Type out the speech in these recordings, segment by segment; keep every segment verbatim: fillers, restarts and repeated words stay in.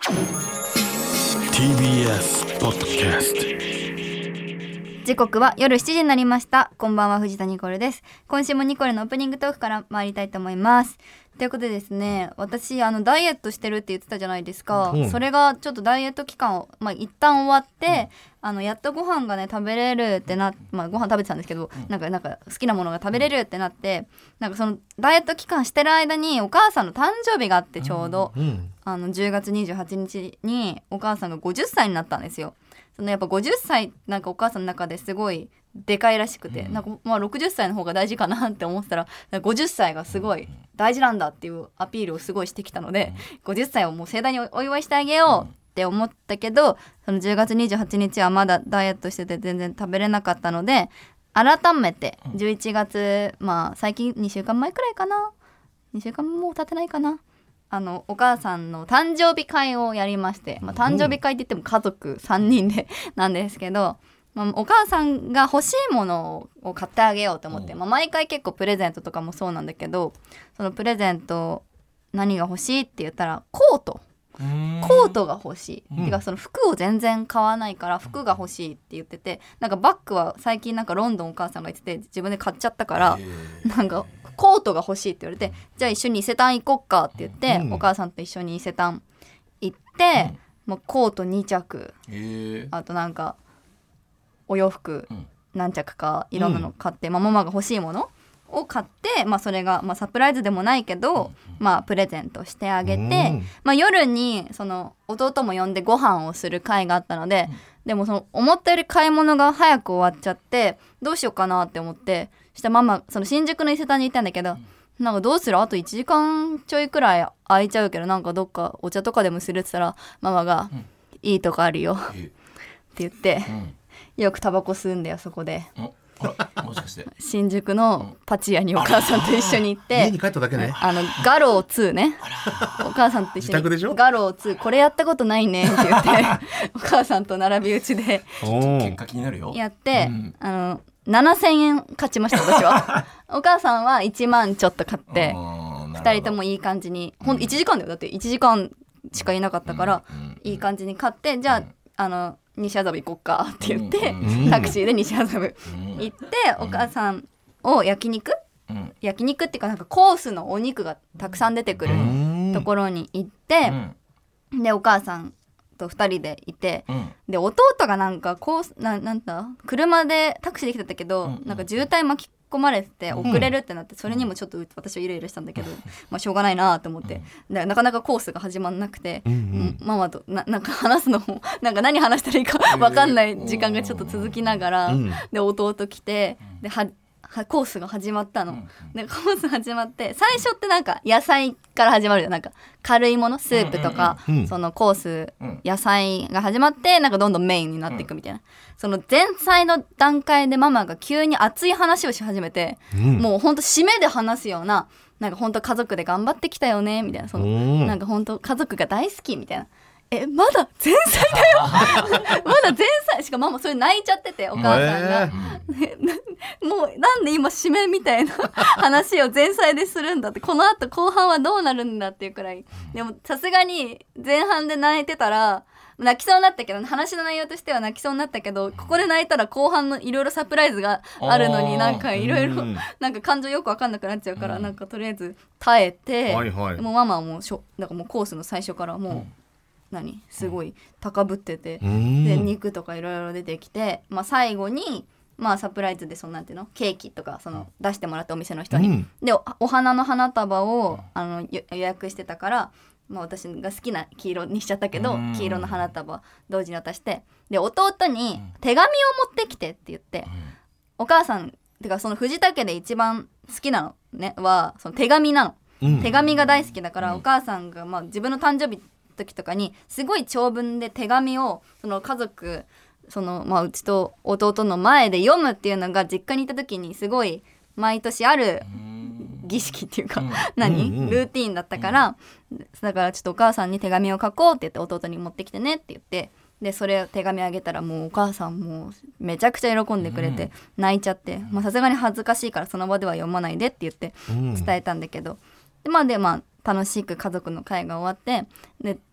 ティービーエス ポッドキャスト。 時刻は夜しちじになりました。こんばんは、藤田ニコルです。今週もニコルのオープニングトークから参りたいと思います。ということでですね、私あのダイエットしてるって言ってたじゃないですか、うん、それがちょっとダイエット期間を、まあ、一旦終わって、うん、あのやっとご飯がね食べれるってな、まあ、ご飯食べてたんですけど、うん、なんかなんか好きなものが食べれるってなって、なんかそのダイエット期間してる間にお母さんの誕生日があって、ちょうど、うん、あのじゅうがつにじゅうはちにちにお母さんがごじゅっさいになったんですよ。そのやっぱごじゅっさいなんかお母さんの中ですごいでかいらしくて、うん、なんかまあろくじゅっさいの方が大事かなって思ってたら、ごじゅっさいがすごい大事なんだっていうアピールをすごいしてきたので、うん、ごじゅっさいをもう盛大にお祝いしてあげようって思ったけど、そのじゅうがつにじゅうはちにちはまだダイエットしてて全然食べれなかったので、改めてじゅういちがつ、まあ最近にしゅうかんまえくらいかな、にしゅうかんも経ってないかな、あのお母さんの誕生日会をやりまして、まあ、誕生日会って言っても家族さんにんでなんですけど、まあ、お母さんが欲しいものを買ってあげようと思って、まあ、毎回結構プレゼントとかもそうなんだけど、そのプレゼント何が欲しいって言ったらコートコートが欲しい、うん、てかその服を全然買わないから服が欲しいって言ってて、なんかバッグは最近なんかロンドンお母さんが言ってて自分で買っちゃったから、なんかコートが欲しいって言われて、じゃあ一緒に伊勢丹行こっかって言って、うん、お母さんと一緒に伊勢丹行って、うん、もうコートにちゃく、あとなんかお洋服何着かいろんなの買って、うん、まあ、ママが欲しいものを買って、まあ、それが、まあ、サプライズでもないけど、うん、まあ、プレゼントしてあげて、うん、まあ、夜にその弟も呼んでご飯をする会があったので、うん、でもその思ったより買い物が早く終わっちゃってどうしようかなって思って、そしたらママその新宿の伊勢丹に行ったんだけど、うん、なんかどうする、あといちじかんちょいくらい空いちゃうけどなんかどっかお茶とかでもするって言ったら、ママが、うん、いいとこあるよって言って、うん、よくタバコ吸うんだよそこで。もしかして新宿のパチ屋にお母さんと一緒に行って、 家に帰っただけね、 あのガローツーね、お母さんと一緒にガローツーこれやったことないねって言ってお母さんと並び打ちで結果気になるよやって、うん、あのななせんえん勝ちました私はお母さんはいちまんちょっと買ってふたりともいい感じに、ほんといちじかんだよ、だっていちじかんしかいなかったから、うん、いい感じに買って、じゃあ、うん、あの西麻布行こっかって言って、うん、タクシーで西麻布行って、うん、お母さんを焼肉、うん、焼肉っていうかなんかコースのお肉がたくさん出てくるところに行って、うん、でお母さんとふたりでいて、うん、で弟がなんかコース な, なんだ車でタクシーで来てたけど、うん、なんか渋滞巻き込まれてて遅れるってなって、それにもちょっと私はイライラしたんだけど、まあしょうがないなと思って、でなかなかコースが始まんなくて、うんうん、ママと な, なんか話すのもなんか何話したらいいか分かんない時間がちょっと続きながら、で弟来て、ではコースが始まったの、でコース始まって最初ってなんか野菜から始まるよ、なんか軽いものスープとか、うんうんうん、そのコース、うん、野菜が始まってなんかどんどんメインになっていくみたいな、うん、その前菜の段階でママが急に熱い話をし始めて、うん、もうほんと締めで話すような、なんかほんと家族で頑張ってきたよねみたいな、その、うん、なんかほんと家族が大好きみたいな、えまだ前菜だよまだ前菜しかママそれ泣いちゃってて、お母さんが、えー、もうなんで今締めみたいな話を前菜でするんだって、このあと後半はどうなるんだっていうくらい、でもさすがに前半で泣いてたら泣きそうになったけど、話の内容としては泣きそうになったけど、ここで泣いたら後半のいろいろサプライズがあるのになんかいろいろなんか感情よく分かんなくなっちゃうから、うん、なんかとりあえず耐えて、はいはい、もうママはもうしょなんかもうコースの最初からもう、うん何すごい高ぶってて、で肉とかいろいろ出てきて、まあ、最後に、まあ、サプライズでそのなんていうのケーキとかその出してもらったお店の人に、うん、で お, お花の花束をあの予約してたから、まあ、私が好きな黄色にしちゃったけど、うん、黄色の花束同時に渡して、で弟に手紙を持ってきてって言って、うん、お母さんてかその藤田家で一番好きなのねはその手紙なの、うん、手紙が大好きだから、うん、お母さんが、まあ、自分の誕生日時とかにすごい長文で手紙をその家族その、まあ、うちと弟の前で読むっていうのが実家にいた時にすごい毎年ある儀式っていうか、うん、何、うんうん、ルーティーンだったから、うん、だからちょっとお母さんに手紙を書こうって言って弟に持ってきてねって言って、でそれを手紙あげたらもうお母さんもうめちゃくちゃ喜んでくれて泣いちゃって、さすがに恥ずかしいからその場では読まないでって言って伝えたんだけど、でまあでまあ楽しく家族の会が終わって、で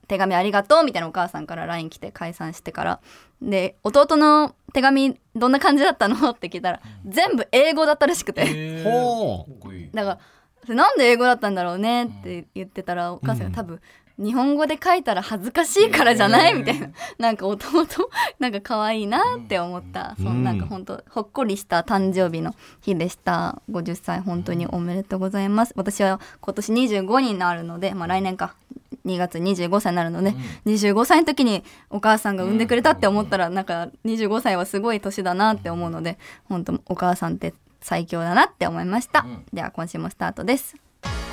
手紙ありがとうみたいなお母さんから ライン 来て解散してからで弟の手紙どんな感じだったのって聞いたら全部英語だったらしくて、 えー、ほうだからなんで英語だったんだろうねって言ってたらお母さんが多分、うん、日本語で書いたら恥ずかしいからじゃない、えー、みたいななんか弟なんか可愛いなって思った、うん、そのなんか本当ほっこりした誕生日の日でした。ごじゅっさい本当におめでとうございます。私は今年にじゅうごになるので、まあ、来年かにがつにじゅうごさいになるので、うん、にじゅうごさいの時にお母さんが産んでくれたって思ったらなんかにじゅうごさいはすごい年だなって思うので本当お母さんって最強だなって思いました、うん、では今週もスタートです。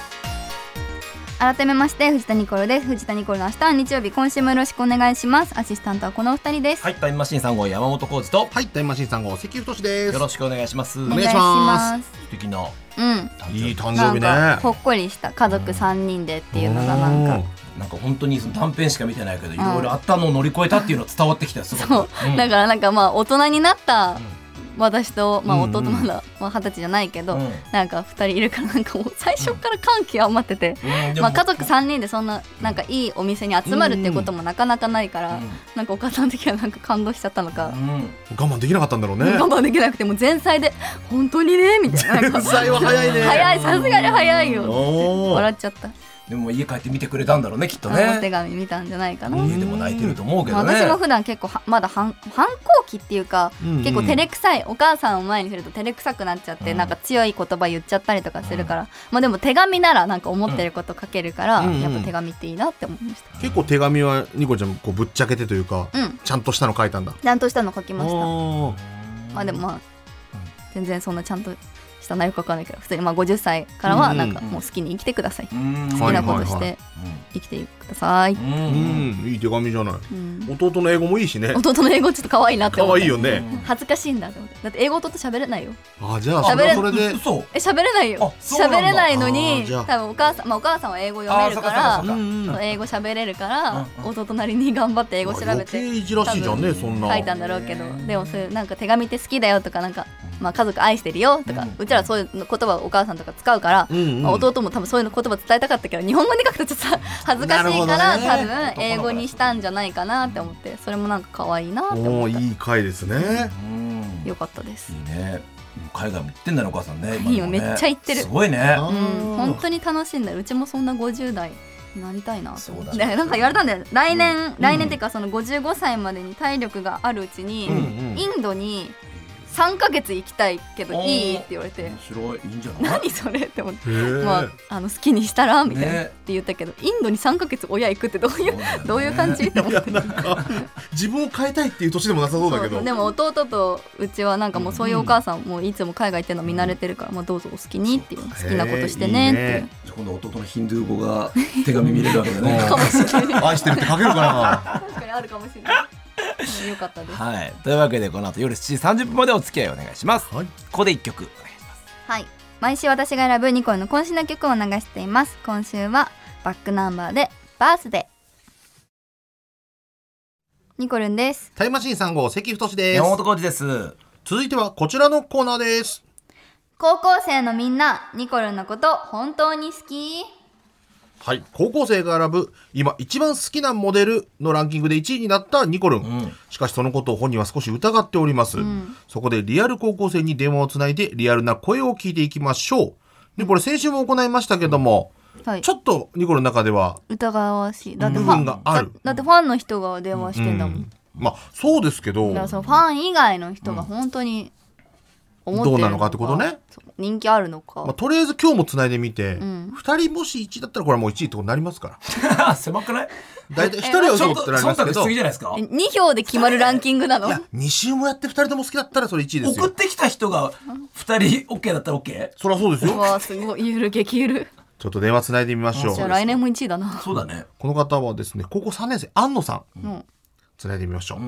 改めまして藤田ニコルです。藤田ニコルの明日は日曜日、今週もよろしくお願いします。アシスタントはこのお二人です。 はい、タイムマシーンさん号山本浩二と、 はい、タイムマシーンさん号関太です。 よろしくお願いします。 お願いします。 素敵な、 うん、 いい誕生日ね。 なんかほっこりした家族さんにんでっていうのがなんか、 なんか本当にその短編しか見てないけどいろいろあったのを乗り越えたっていうの伝わってきたよすごく。 そう、うん、だからなんかまあ大人になった、うん私と、まあ、弟まだ二十歳じゃないけど、うん、なんかふたりいるからなんかもう最初から感極まってて、うんまあ、家族さんにんでそんななんかいいお店に集まるっていうこともなかなかないから、うん、なんかお母さん的にはなんか感動しちゃったのか、うん、 我慢できなかったんだろうね。 我慢できなくてもう前菜で本当にねみたいな前菜は早いね。 早いさすがに早いよ笑っちゃった。 でも家帰って見てくれたんだろうねきっとね。 お手紙見たんじゃないかな。 家でも泣いてると思うけどね。 私も普段結構はまだ反反抗期っていうか、うんうん、結構照れくさいお母さんを前にすると照れくさくなっちゃって、うん、なんか強い言葉言っちゃったりとかするから、うん、まあでも手紙ならなんか思ってること書けるから、うん、やっぱ手紙っていいなって思いました、 うん、結構手紙はニコちゃんこうぶっちゃけてというか、うん、ちゃんとしたの書いたんだ。 ちゃんとしたの書きました。まあでもまあ全然そんなちゃんとした内容かわかんないけど普通にまあごじゅっさいからはなんかもう好きに生きてください、うん、好きなことして生きてください、うんうん、いい手紙じゃない、うん、弟の英語もいいしね。 弟の英語ちょっと可愛いなって思って。 可愛いよね。 恥ずかしいんだって思ってだって英語弟喋れないよ。 あじゃあそれそれでえ喋れないよ。喋れないのに多分お母さんまあお母さんは英語読めるから英語喋れるから弟なりに頑張って英語調べて余計いじらしいじゃんねそんな書いたんだろうけどでもそういうなんか手紙って好きだよとかなんかまあ家族愛してるよとかうちらそういう言葉お母さんとか使うから、うんうんまあ、弟も多分そういう言葉伝えたかったけど日本語に書くとちょっと恥ずかしいから、ね、多分英語にしたんじゃないかなって思ってそれもなんか可愛いなって思った。 いい回ですね、 うん、よかったです。 いいね。海外も行ってんだねお母さんね。 いいよ、ね、めっちゃ行ってる。 すごいね、 うん、本当に楽しんだ。うちもそんなごじゅう代になりたいなと思って、ね、なんか言われたんだよ来年、うん、来年っていうかそのごじゅうごさいまでに体力があるうちに、うんうん、インドにさんかげつ行きたいけどいいって言われて面白いいいんじゃない何それって思って、まあ、あの好きにしたらみたいなって言ったけど、ね、インドにさんかげつ親行くってどういう、ね、どういう感じって思ってなんか自分を変えたいっていう年でもなさそうだけどそうでも弟とうちはなんかもうそういうお母さんもいつも海外行ってるの見慣れてるから、うん、まあ、どうぞお好きにっていう好きなことしてねっていう、いいね、 今度弟のヒンドゥー語が手紙見れるわけだねかもしれない愛してるって書けるかな確かにあるかもしれないよかったです、 はい、というわけでこの後夜しちじさんじゅっぷんまでお付き合いお願いします、はい、ここでいっきょくお願いします。 はい、毎週私が選ぶニコルの渾身の曲を流しています。今週はバックナンバーでバースデー。ニコルンです。 タイムマシーンさん号関太です。 山本浩二です。 続いてはこちらのコーナーです。 高校生のみんなニコルンのこと本当に好き？ はい、高校生が選ぶ今一番好きなモデルのランキングでいちいになったニコルン、うん、しかしそのことを本人は少し疑っております、うん、そこでリアル高校生に電話をつないでリアルな声を聞いていきましょう。でこれ先週も行いましたけども、はい、ちょっとニコルンの中では疑わしいだって部分がある。 だ, だってファンの人が電話してんだもん、うん、 まあそうですけどだからそのファン以外の人が本当に思ってるのか、 どうなのかってことね。 人気あるのか、 まあ、とりあえず今日もつないでみて、うん、ふたりもしいちだったらこれはもういちいってことになりますから狭くない？ だいたいひとりは嘘ってなりますけどぎじゃないですか。 に票で決まるランキングなの？いやに週もやってふたりとも好きだったらそれいちいですよ。 送ってきた人がふたり OK だったら OK？ そりゃそうですよ。 わすごいゆる激ゆる。 ちょっと電話つないでみましょう。 じゃあ来年もいちいだな。 そうだね。 この方はですね高校さんねん生安野さん、うん、つないでみましょう、うん、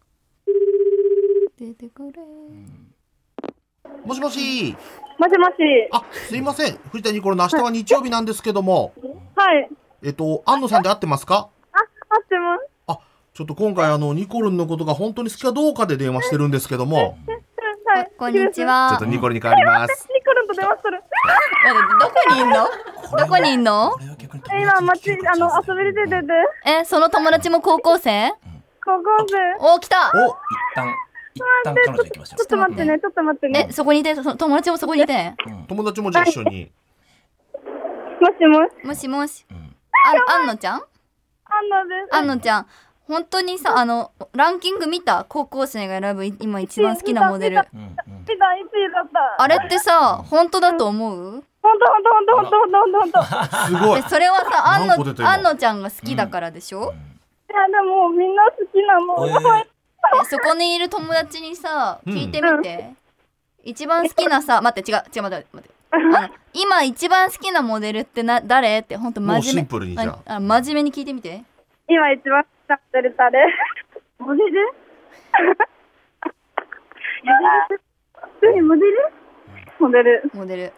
出てくれ、 うんもしもし。 もしもし。 あ、すいません。藤田ニコルの明日は日曜日なんですけども。 はい。 えっと、安野さんで合ってますか？ あ、合ってます。 あ、ちょっと今回あのニコルンのことが本当に好きかどうかで電話してるんですけども。 はい。こんにちは。 ちょっとニコルに変わります。 ニコルンと電話する。 どこにいんの？ どこにいんの？ これは逆にえ今街あの遊びで出ててえその友達も高校生？ 高校生。 お来た。 お一旦一旦彼女行きましょちょっと待ってねちょっと待ってね。 えそこにいて、その友達もそこにいて。 友達もじゃあ一緒に。 もしもし。 もしもし。 う。うんあんのちゃん？ アンナです。 あんのちゃん。本当にさあのランキング見た？高校生が選ぶ今一番好きなモデル。 うんうん一番一位だった。 あれってさ本当だと思う？ ほんとほんとほんとほんとほんとほんとほんと。 すごいで。それはさあん何個出た今のあんのちゃんが好きだからでしょ？ いやでもみんな好きなの。 えーえそこにいる友達にさ聞いてみて。一番好きなさ待って違う違う待って待って。あの今一番好きなモデルってな誰って本当真面目。 もうシンプルにじゃあああ真面目に聞いてみて。 今一番好きなモデル誰？モデル？普通にモデル？モデル。 モデル。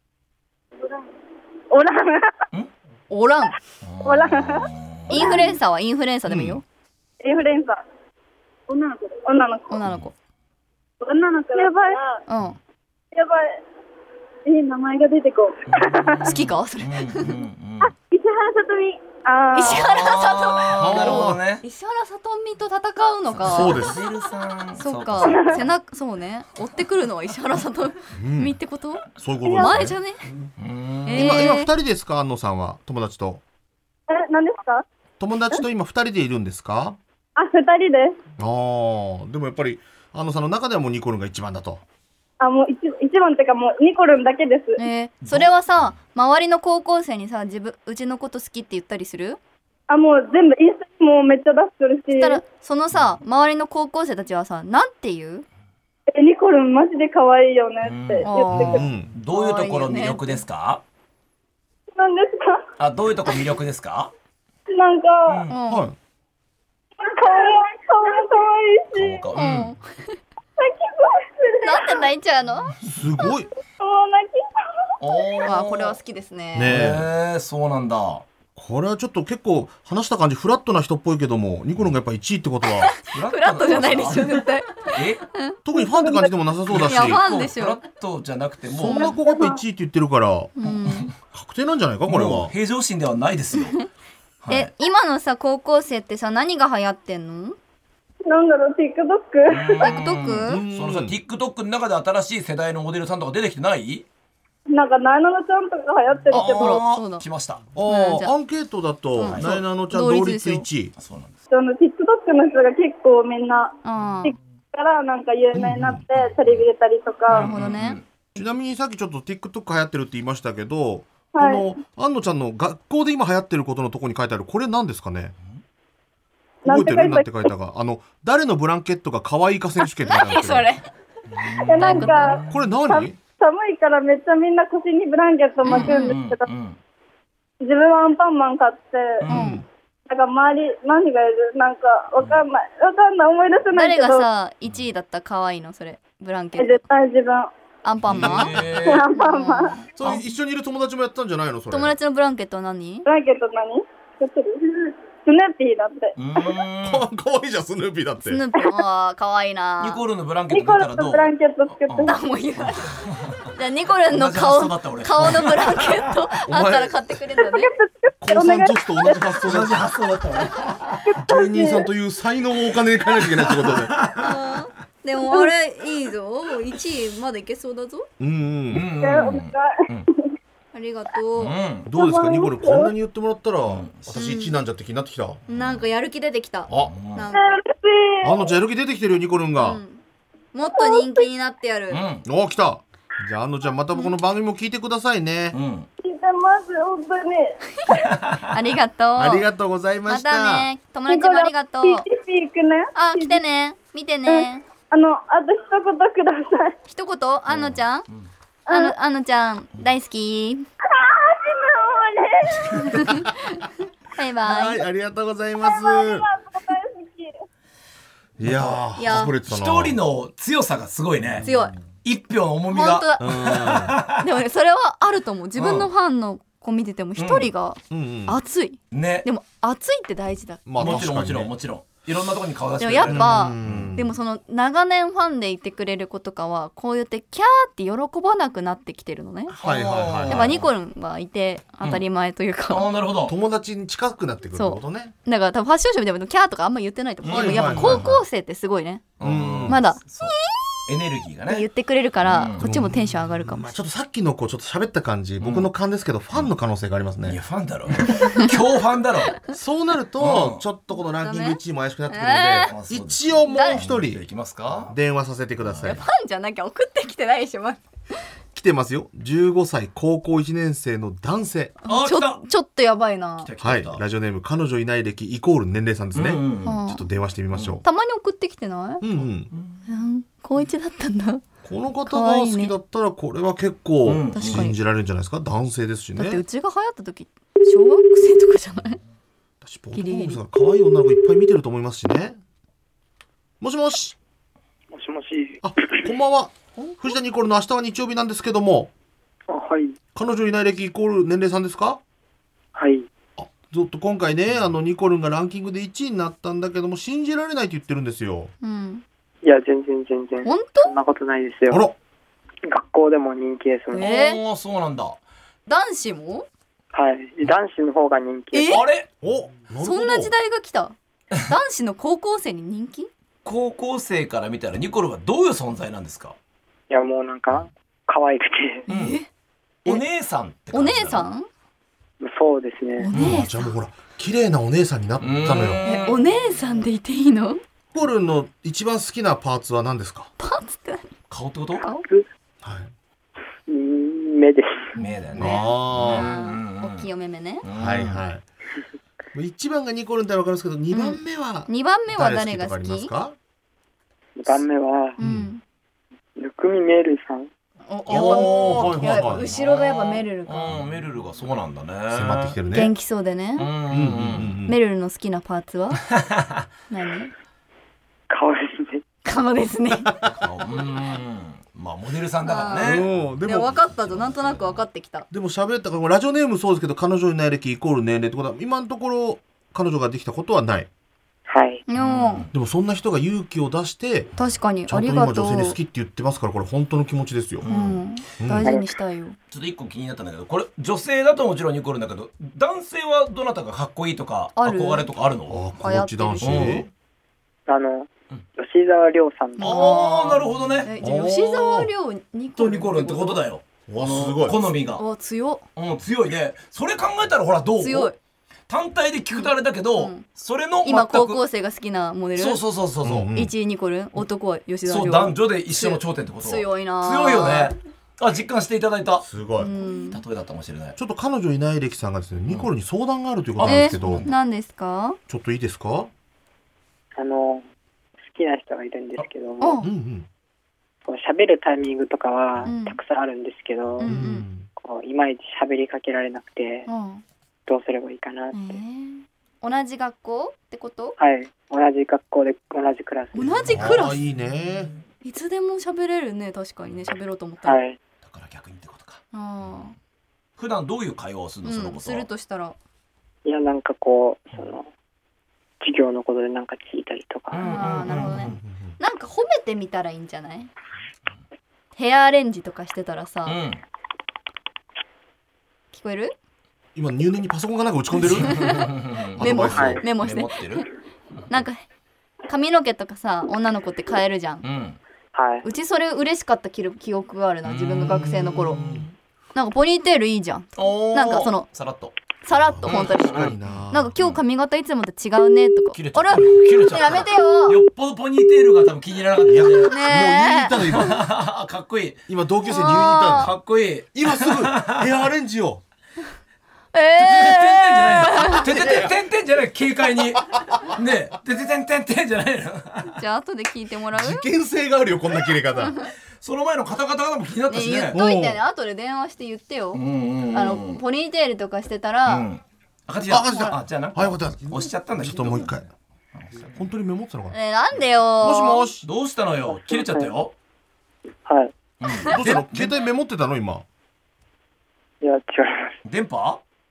おらん。 おらん。 おらん。 インフルエンサーはインフルエンサーでもいいよ。 インフルエンサー。女の子。女の子。 女の子。 女の子。やばい。 うん。 やばい。えー、名前が出てこう。 好きかそれ。 うんうんうん石原さとみ。あー。 石原さとあーなるほどね。 み。石原さとみと戦うのか。 そうです。 モデルさんそっか。背中そうね。追ってくるのは石原さとみってこと？ そういうことですね。 前じゃね？ うんえー今今二人ですか安野さんは友達と。 え、何ですか？ 友達と今二人でいるんですか？ あ、二人です。 ああでもやっぱり安野さんの中ではもうニコルンが一番だと。 あ、もう一一番ってかもうニコルンだけです。 えー、それはさ周りの高校生にさ自分うちのこと好きって言ったりする？ あ、もう全部インスタにもめっちゃ出してるし。 そしたらそのさ周りの高校生たちはさなんて言う？ え、ニコルンマジで可愛いよねって言ってくる。 うん。 どういうところ魅力ですか？ なんですか？ あどういうところ魅力ですか？ なんか、 うん。 はい。 顔も顔も可愛いし、 顔うん。 かうんなんで泣いちゃうの？ すごい。 もう泣きおーあこれは好きですね。 ねえへえそうなんだ。 これはちょっと結構話した感じフラットな人っぽいけどもニコルンがやっぱいちいってことはフラットじゃないでしょ絶対。 え特にファンって感じでもなさそうだしいやファンでしょフラットじゃなくてもそんな子がやっぱいちいって言ってるからうん。 確定なんじゃないかこれもうは。 平常心ではないですよ。はいえ今のさ高校生ってさ何が流行ってんの？ なんだろう、TikTok？ TikTok？ うんそのさ TikTok の中で新しい世代のモデルさんとか出てきてない？ なんか、なえなのちゃんとか流行ってるけど、 ほらあそうだー来ました。 あうんじゃああアンケートだとうんなえなのちゃん同同率率ですよいちい。 そうなんです。 その TikTok の人が結構みんな、 あ TikTok からなんか有名になってテレビ出たりとなるか、 ほどね。 ちなみにさっきちょっと TikTok 流行ってるって言いましたけどはいこの安野ちゃんの学校で今流行ってることのとこに書いてあるこれ何ですかね。 なんて書いてある覚えてるなんて書いたかあの誰のブランケットが可愛いか選手権って書いてあるんですけどそれ。 でなんか、 これさ何？ 寒いからめっちゃみんな腰にブランケット巻くんですけど、 うんうん自分はアンパンマン買って、 うんうんなんか周り、何がいるなんかわかんない、わかんない、思い出せない誰けど、 がさいちいだった可愛いのそれブランケえット。 絶対自分、 アンパンマン？ へーアンパンマン。 それ一緒にいる友達もやったんじゃないのそれ。 友達のブランケットは何？ ブランケット何作ってるスヌーピーだって。 うーんかわいいじゃんスヌーピーだって。 スヌーピー。ああ可愛いな。 ニコルのブランケッニコルト出たらどう？ のブランケット作ってうんる。 あもういいわ。じゃあニコルンの同じ顔発想だった俺顔のブランケットあったら買ってくれるんだね。 高三女子と同じ発想だ。 発想だった俺。 芸人さんという才能をお金に変えなきゃいけないってことで。 あーでもあれいいぞ。いちいまだいけそうだぞ。 うんうん。 うんえお願い。 ありがとう。 うんどうですかニコルこんなに言ってもらったらん私いちいなんじゃって気になってきた。 なんかやる気出てきた。 あ、 なんか、 嬉しい。 あのちゃんやる気出てきてるよニコルンが。 うん、もっと人気になってやる。 うんお来た。じゃああのちゃんまたこの番組も聞いてくださいね。 うん聞いてます、本当に。 ありがとう。 ありがとうございまました。 たね。友達もありがとう。 ピーピー行くね。 あ来てね。見てね。 あの、あと一言ください。 一言あんのちゃん。あのあんのちゃん大好き。バイバイ。 はいありがとうございます。 大好き。 いやいやー隠れてたな。 一人の強さがすごいね。 強い。 一票の重み本当が。 だ。でもねそれはあると思う。自分のファンの子見てても一人がうんうん。 熱い。 ね。 でも熱いって大事だ。 まあもちろんもち確かにねろんもちろん。 いろんなところに顔出してでもくれるやっぱうんでもその長年ファンでいてくれる子とかはこうやってキャーって喜ばなくなってきてるのね。 はいはいはいやっぱニコルンはいて当たり前というか、 ああなるほど。 友達に近くなってくるってことね。 だから多分ファッションショーでもキャーとかあんま言ってないと思う。 はいでもやっぱ高校生ってすごいね、 うんまだそうエネルギーがね。 言ってくれるから、 うんこっちもテンション上がるかもまあ、ちょっとさっきの子ちょっと喋った感じ、僕の勘ですけど、ファンの可能性がありますいやね。 ファンだろ。今日ファンだろ。 そうなると、 うんちょっとこのランキングいちいも怪しくなってくるダので、 メ一応もう一人いきますか。 電話させてください。 ファンじゃなきゃ送ってきてないでしょ、ま来てますよ。じゅうごさい高校いちねん生の男性。 ちょあ来た。 ちょっとやばいな。 来た来たはい。 来たラジオネーム彼女いない歴イコール年齢さんですね。 うんうんうんちょっと電話してみましょたまに送ってきてなう。うんうん。 い、うん、高一だったんだ。 この方が好きだったらこれは結構うん確かに信じられるんじゃないですか。男性ですしだってうね。 ちが流行った時小学生とかじゃない？ 私ボートボールさん可愛い女の子いっぱい見てると思いますしね。もしもし。 もしもし。 あ、こんばんは。藤田ニコルの明日は日曜日なんですけども、 あ、はい。 彼女いない歴イコール年齢さんですか？ はい。 あ、ずっと今回ね、あのニコルンがランキングでいちいになったんだけども信じられないって言ってるんですよ。 うん。 いや、全然全然。 本そんなことないですよ。 あら、 学校でも人気ですもん。 えああそうなんだ。 当？男子も？ はい。男子の方が人気です。 えあれお、なるほどそんな時代が来た？男子の高校生に人気？ 高校生から見たらニコルはどういう存在なんですか。 いや、もうなんか、可愛くて。 お姉さんってお感じなの姉さん？ そうですおね。 あ姉さん。 じゃあもうほら綺麗なお姉さんになったのよ。 え、お姉さんでいていいの？ ニコルンの一番好きなパーツは何ですか？ パーツって何？ 顔ってこと？ 顔？ はい。 うん目です。 目だよね。 あうんうんうん大きいお目目ね。 うんはいはい。いちばんがニコルンってわかるんですけど、にばんめは二番目は誰が誰好きとかあ好き？ りますか？ にばんめは、 うん。 ぬくみメールさん。 お、 おーやっぱ、 はいはいはい後ろがやっぱメルルか。 うんメルルがそうなんだね。 迫ってきてるね。 元気そうでね。 うんうんうんうんうんうん。 メルルの好きなパーツは？何？ 顔ですね。 顔ですね。 顔うんまあモデルさんだからね。 うんででもも分かったぞ。なんとなく分かってきた。 でも喋ったからラジオネームそうですけど、彼女いない歴イコール年齢ってことは今のところ彼女ができたことはない。 はい。 うん。 でもそんな人が勇気を出して確かにちゃんとありがとう。 今女性に好きって言ってますから、これ本当の気持ちですよ。 うん。 うん大事にしたいよ。 ちょっと一個気になったんだけど、これ女性だともちろんニコルんだけど、男性はどなたかかっこいいとかある憧れとかあるの？ あ、コーチ男子。 流行ってるあの、吉沢亮さんの。 ああなるほどね。 え、じゃあ吉沢亮ニコとルニコルンってことだよ。 わすごい。 好みが。 あ、強っ。 うん強いね。それ考えたらほらどう？ 強い。 単体で聞くとあれだけど、 うんそれの全く今高校生が好きなモデル。 そうそうそうそうそう。 うんうんいちいニコルン、男は吉沢亮。 そう男女で一緒の頂点ってこと。 強いな。 強いよね。あ実感していただいた。 すごい。 うん。 例えだったかもしれない。 ちょっと彼女いない歴さんがですね、ニコルに相談があるということなんでえすけど、、 何ですか？ ちょっといいですか？ あの、好きな人がいるんですけどうも、 うんんこう喋るタイミングとかはうんたくさんあるんですけど、 ううん。うんん。 こういまいち喋りかけられなくて、 うん。 どうすればいいかなって。 えー同じ学校ってこと？ はい。同じ学校で同じクラスです。 同じクラス。 あーいいね。 いつでも喋れるね。確かにね、喋ろうと思ったら。 はい。 だから逆にってことか。 あ普段どういう会話をするあ。 のその子と？ うん。するとしたら。 いや、なんかこう、その、授業のことでなんか聞いたりとか、 ああ、なるほどねうんうん。 なんか褒めてみたらいいんじゃない？ヘアアレンジとかしてたらさ、 うん。 聞こえる？ 今入念にパソコンがなんか打ち込んでる？ メモアドバイスをメモしてメモ。ってる？ なんか髪の毛とかさ、女の子って変えるじゃん。 うん。 はい。 うちそれ嬉しかった記記憶があるな。自分が学生の頃。なんかポニーテールいいじゃん。 おーなんかそのさらっとさらっと本当に。 確かにな。 なんか今日髪型いつもと違うねとか。あれ切れちゃった。切れちゃった。 やめてよ。 よっぽどポニーテールが多分気に入らなかったんじゃない。 もう言いに行ねったの今。 かっこいい。 今同級生に言いに行ったの。 かっこいい。 今すぐヘアアレンジを。 え。えてててててんてんじゃない。軽快に。ねえ。てててんてんてんじゃないの。 ー。じゃあ後で聞いてもらう？ 事件性があるよこんな切れ方。 その前のカタカタも気になったねしね。 言っといてね。後で電話して言ってよ。 うんうんうん。 あのポニーテールとかしてたら、 うん。赤字だ。 あ赤字だあじゃあなんはい、よかかった。 押しちゃったんだけど。 ちょっともう一回。本当にメモってたのかな。 ねえなんでよ。 もしもし。 どうしたのよ。切れちゃったよ。 はい。 どうしたの？携帯メモってたの今。 いや、違います。 電波？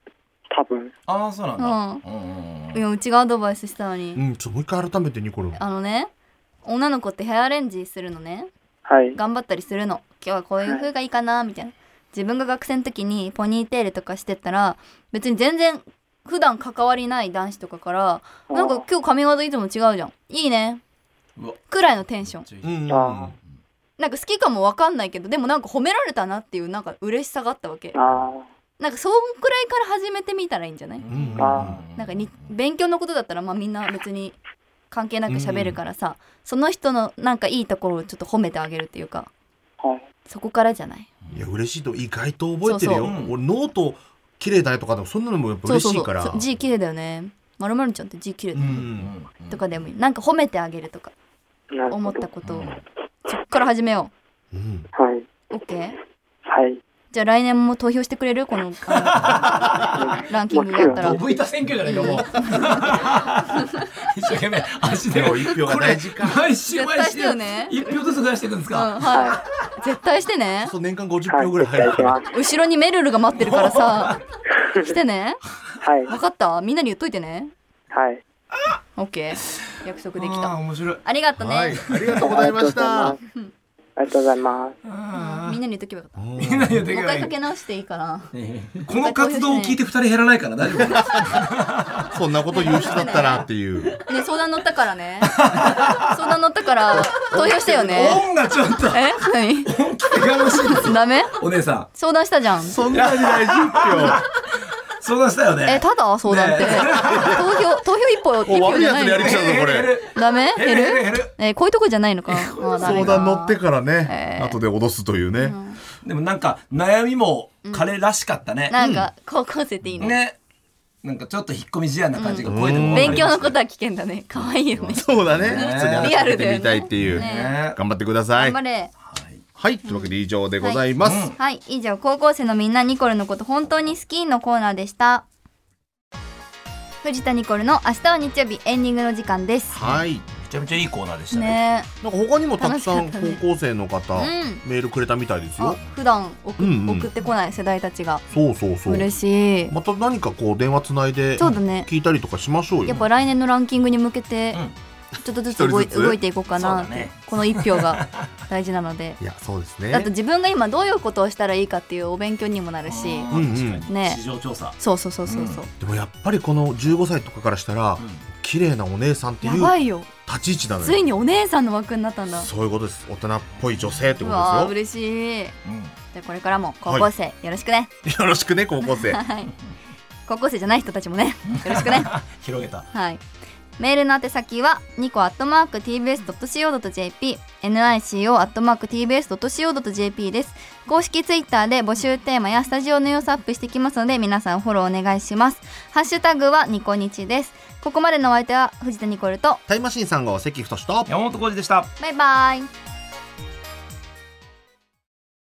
多分。 ああそうなんだ、 うんうんうんうんいやうちがアドバイスしたのに、 うんちょっともう一回改めてニコルン。 あのね女の子ってヘアアレンジするのね、 はい。 頑張ったりするの。今日はこういう風がいいかなみたいな。自分が学生の時にポニーテールとかしてたら別に全然普段関わりない男子とかからなんか今日髪型いつも違うじゃん、いいねうわくらいのテンション。 うんうんあなんか好きかも分かんないけどでもなんか褒められたなっていうなんか嬉しさがあったわけ。 あなんかそんくらいから始めてみたらいいんじゃない？ うんうんあなんかに勉強のことだったらまあみんな別に関係なく喋るからさ、その人のなんかいいところをちょっと褒めてあげるっていうかあ。はい。 そこからじゃない？ いや嬉しいと意外と覚えてるよ。 そうそう俺ノート綺麗だねとかでもそんなのもやっぱ嬉しいから。 そうそうそう字綺麗だよね。まるまるちゃんって字綺麗だうよ、 んとかでもいい。なんか褒めてあげるとかなるほど。 思ったことをそっから始めようんはい。 う。オッケー。 はい。 じゃあ来年も投票してくれるこのあのランキングやったらド。ブ板選挙じゃないかもう一生懸命足ででも一票が大事かこれ毎週絶対毎週してよね一票ずつ増やしていくんですうん、 か、 はい絶対してね。 そう年間ごじゅっはい。 票ぐらい入る絶対します。 後ろにメルルが待ってるからさしてね。 はい。 分かった？みんなに言っといてね。 はい。 オッケー。約束できあーた。 面白いありがとね、 はいありがとうございました。 ありがとうございます。 あみんなに言っとけばよかっーみんなに言ってた。もう一くれ回かけ直していいかな。 この活動を聞いて二人減らないから大丈夫かなそんなこと言う人だったらっていう。 ね相談乗ったからね相談乗ったから投票したよね。 音がちょっとえ何本気でがましいですダメ？ お姉さん相談したじゃん。 そんなに大事一票。 相談したよねえただ相談って、 ね投票投票一歩一もう悪い票じゃないのやつでやりきたぞこれ。 ダメ減る減る減る減るえこういうとこじゃないのか。あーダメか相談乗ってからね、 えー後で脅すというね。 でもなんか悩みも彼らしかったね、 なんか高校生っていいね。 ねなんかちょっと引っ込み思案な感じが声でも分かりま勉した強のことは危険だね。可愛いよね。 そうだね。 ね普通に話しかけてみたいっていう。 リアルだよね頑張ってください。 頑張れ。 はい、というわけで以上でございます。 はい、以上高校生のみんなニコルのこと本当に好きのコーナーでした。藤田ニコルの明日は日曜日エンディングの時間です。 はい。 めちゃめちゃいいコーナーでしたねねなんか他にもたくさん楽しかったね高校生の方、 うんメールくれたみたいですあよ。 普段送,、 うんうん送ってこない世代たちがそうそうそう。 嬉しい。 また何かこう電話つないでそうだね。 聞いたりとかしましょうよ。 やっぱ来年のランキングに向けてうんちょっとずつ動い一人ずつ動いていこうかなって、 そうだねこの一票が大事なのでいやそうですね。 だって自分が今どういうことをしたらいいかっていうお勉強にもなるし、 うんうんうん確かにね市場調査そうそうそうそうそう、 でもやっぱりこのじゅうごさいとかからしたら、綺麗なお姉さんっていうやばいよ。 立ち位置なのよ。 ついにお姉さんの枠になったんだ。 そういうことです。大人っぽい女性ってうこわーとで嬉しい。 うんじゃあこれからも高校生、よろしくね。 すよ。よろしくね高校生。 はい。高校生じゃない人たちもね、よろしくね。 広げたはい。メールの宛先はニコアットマーク ティービーエスドットシーオードットジェーピー エヌアイシーオーアットマーク ティービーエスドットシーオードットジェーピー です。公式ツイッターで募集テーマやスタジオの様子アップしてきますので皆さんフォローお願いします。ハッシュタグはニコニチです。ここまでのお相手は藤田ニコルとタイムマシーンさん号関太と山本浩二でしたバイバイ。